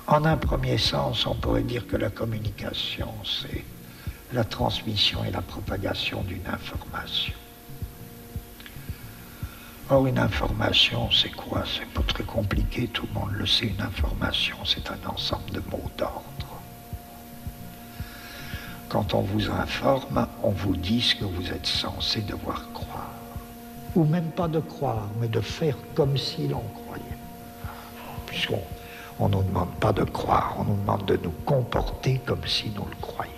En un premier sens, on pourrait dire que la communication, c'est la transmission et la propagation d'une information. Or, une information, c'est quoi? C'est pas très compliqué, tout le monde le sait. Une information, c'est un ensemble de mots d'ordre. Quand on vous informe, on vous dit ce que vous êtes censé devoir croire. Ou même pas de croire, mais de faire comme si l'on croyait. Puisqu'on ne nous demande pas de croire, on nous demande de nous comporter comme si nous le croyions.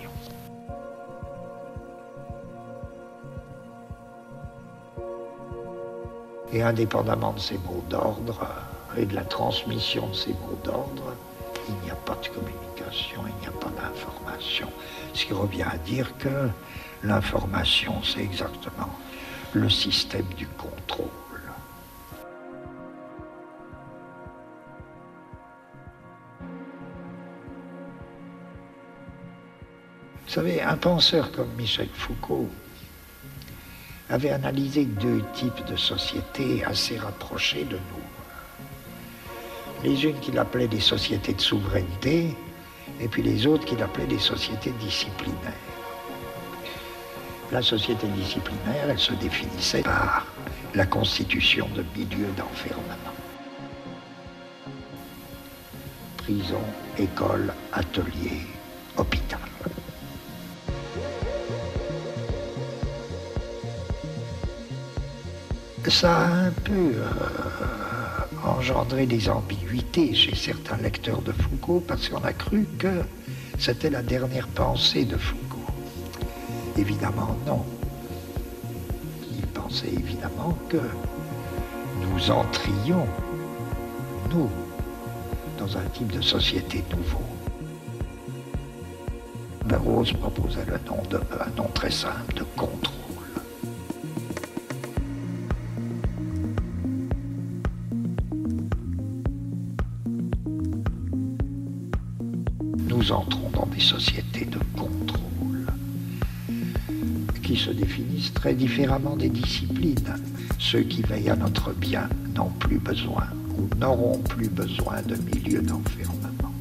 Et indépendamment de ces mots d'ordre et de la transmission de ces mots d'ordre, il n'y a pas de communication, il n'y a pas d'information. Ce qui revient à dire que l'information, c'est exactement le système du contrôle. Vous savez, un penseur comme Michel Foucault avait analysé deux types de sociétés assez rapprochées de nous. Les unes qu'il appelait des sociétés de souveraineté, et puis les autres qu'il appelait des sociétés disciplinaires. La société disciplinaire, elle se définissait par la constitution de milieux d'enfermement. Prison, école, atelier, hôpital. Ça a un peu engendré des ambiguïtés chez certains lecteurs de Foucault parce qu'on a cru que c'était la dernière pensée de Foucault. Évidemment non. Il pensait évidemment que nous entrions, nous, dans un type de société nouveau. Burroughs proposait un nom très simple de contrôle. Nous entrons dans des sociétés de contrôle qui se définissent très différemment des disciplines. Ceux qui veillent à notre bien n'ont plus besoin ou n'auront plus besoin de milieux d'enfermement.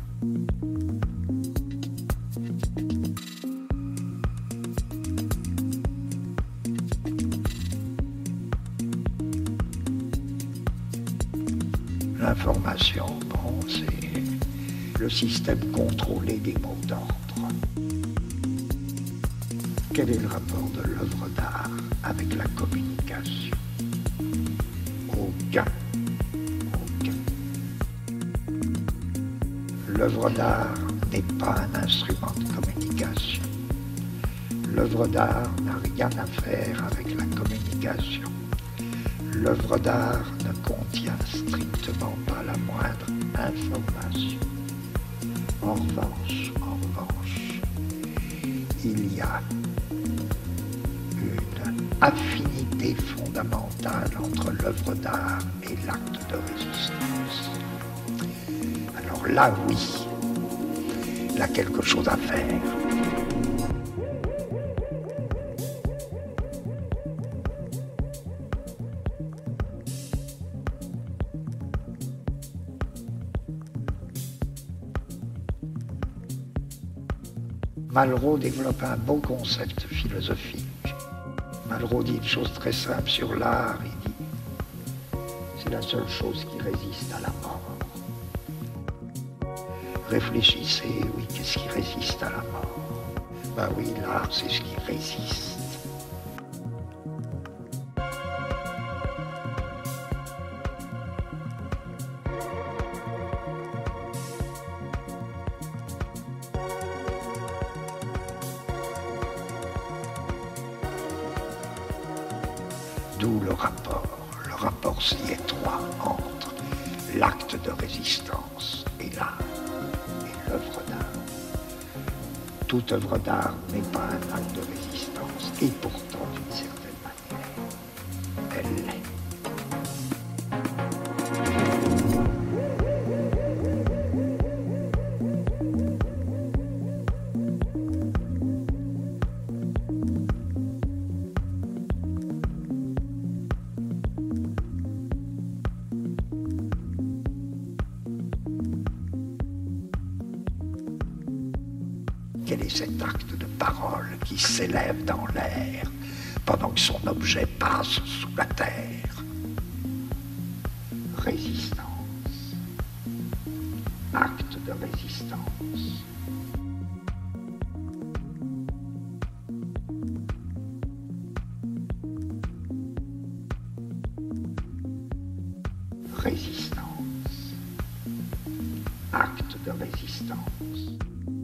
L'information, bon, c'est le système contrôlé des mots d'ordre. Quel est le rapport de l'œuvre d'art avec la communication? Aucun. L'œuvre d'art n'est pas un instrument de communication. L'œuvre d'art n'a rien à faire avec la communication. L'œuvre d'art ne contient strictement pas la moindre information. En revanche, il y a une affinité fondamentale entre l'œuvre d'art et l'acte de résistance. Alors là, oui, il y a quelque chose à faire. Malraux développe un beau concept philosophique. Malraux dit une chose très simple sur l'art, il dit c'est la seule chose qui résiste à la mort. Réfléchissez, oui, qu'est-ce qui résiste à la mort? Ben oui, l'art, c'est ce qui résiste. D'où le rapport si étroit entre l'acte de résistance et l'art et l'œuvre d'art. Toute œuvre d'art n'est pas un acte de résistance, et pourtant, d'une certaine manière, elle l'est. Quel est cet acte de parole qui s'élève dans l'air pendant que son objet passe sous la terre? Résistance. Acte de résistance. Résistance. Acte de résistance.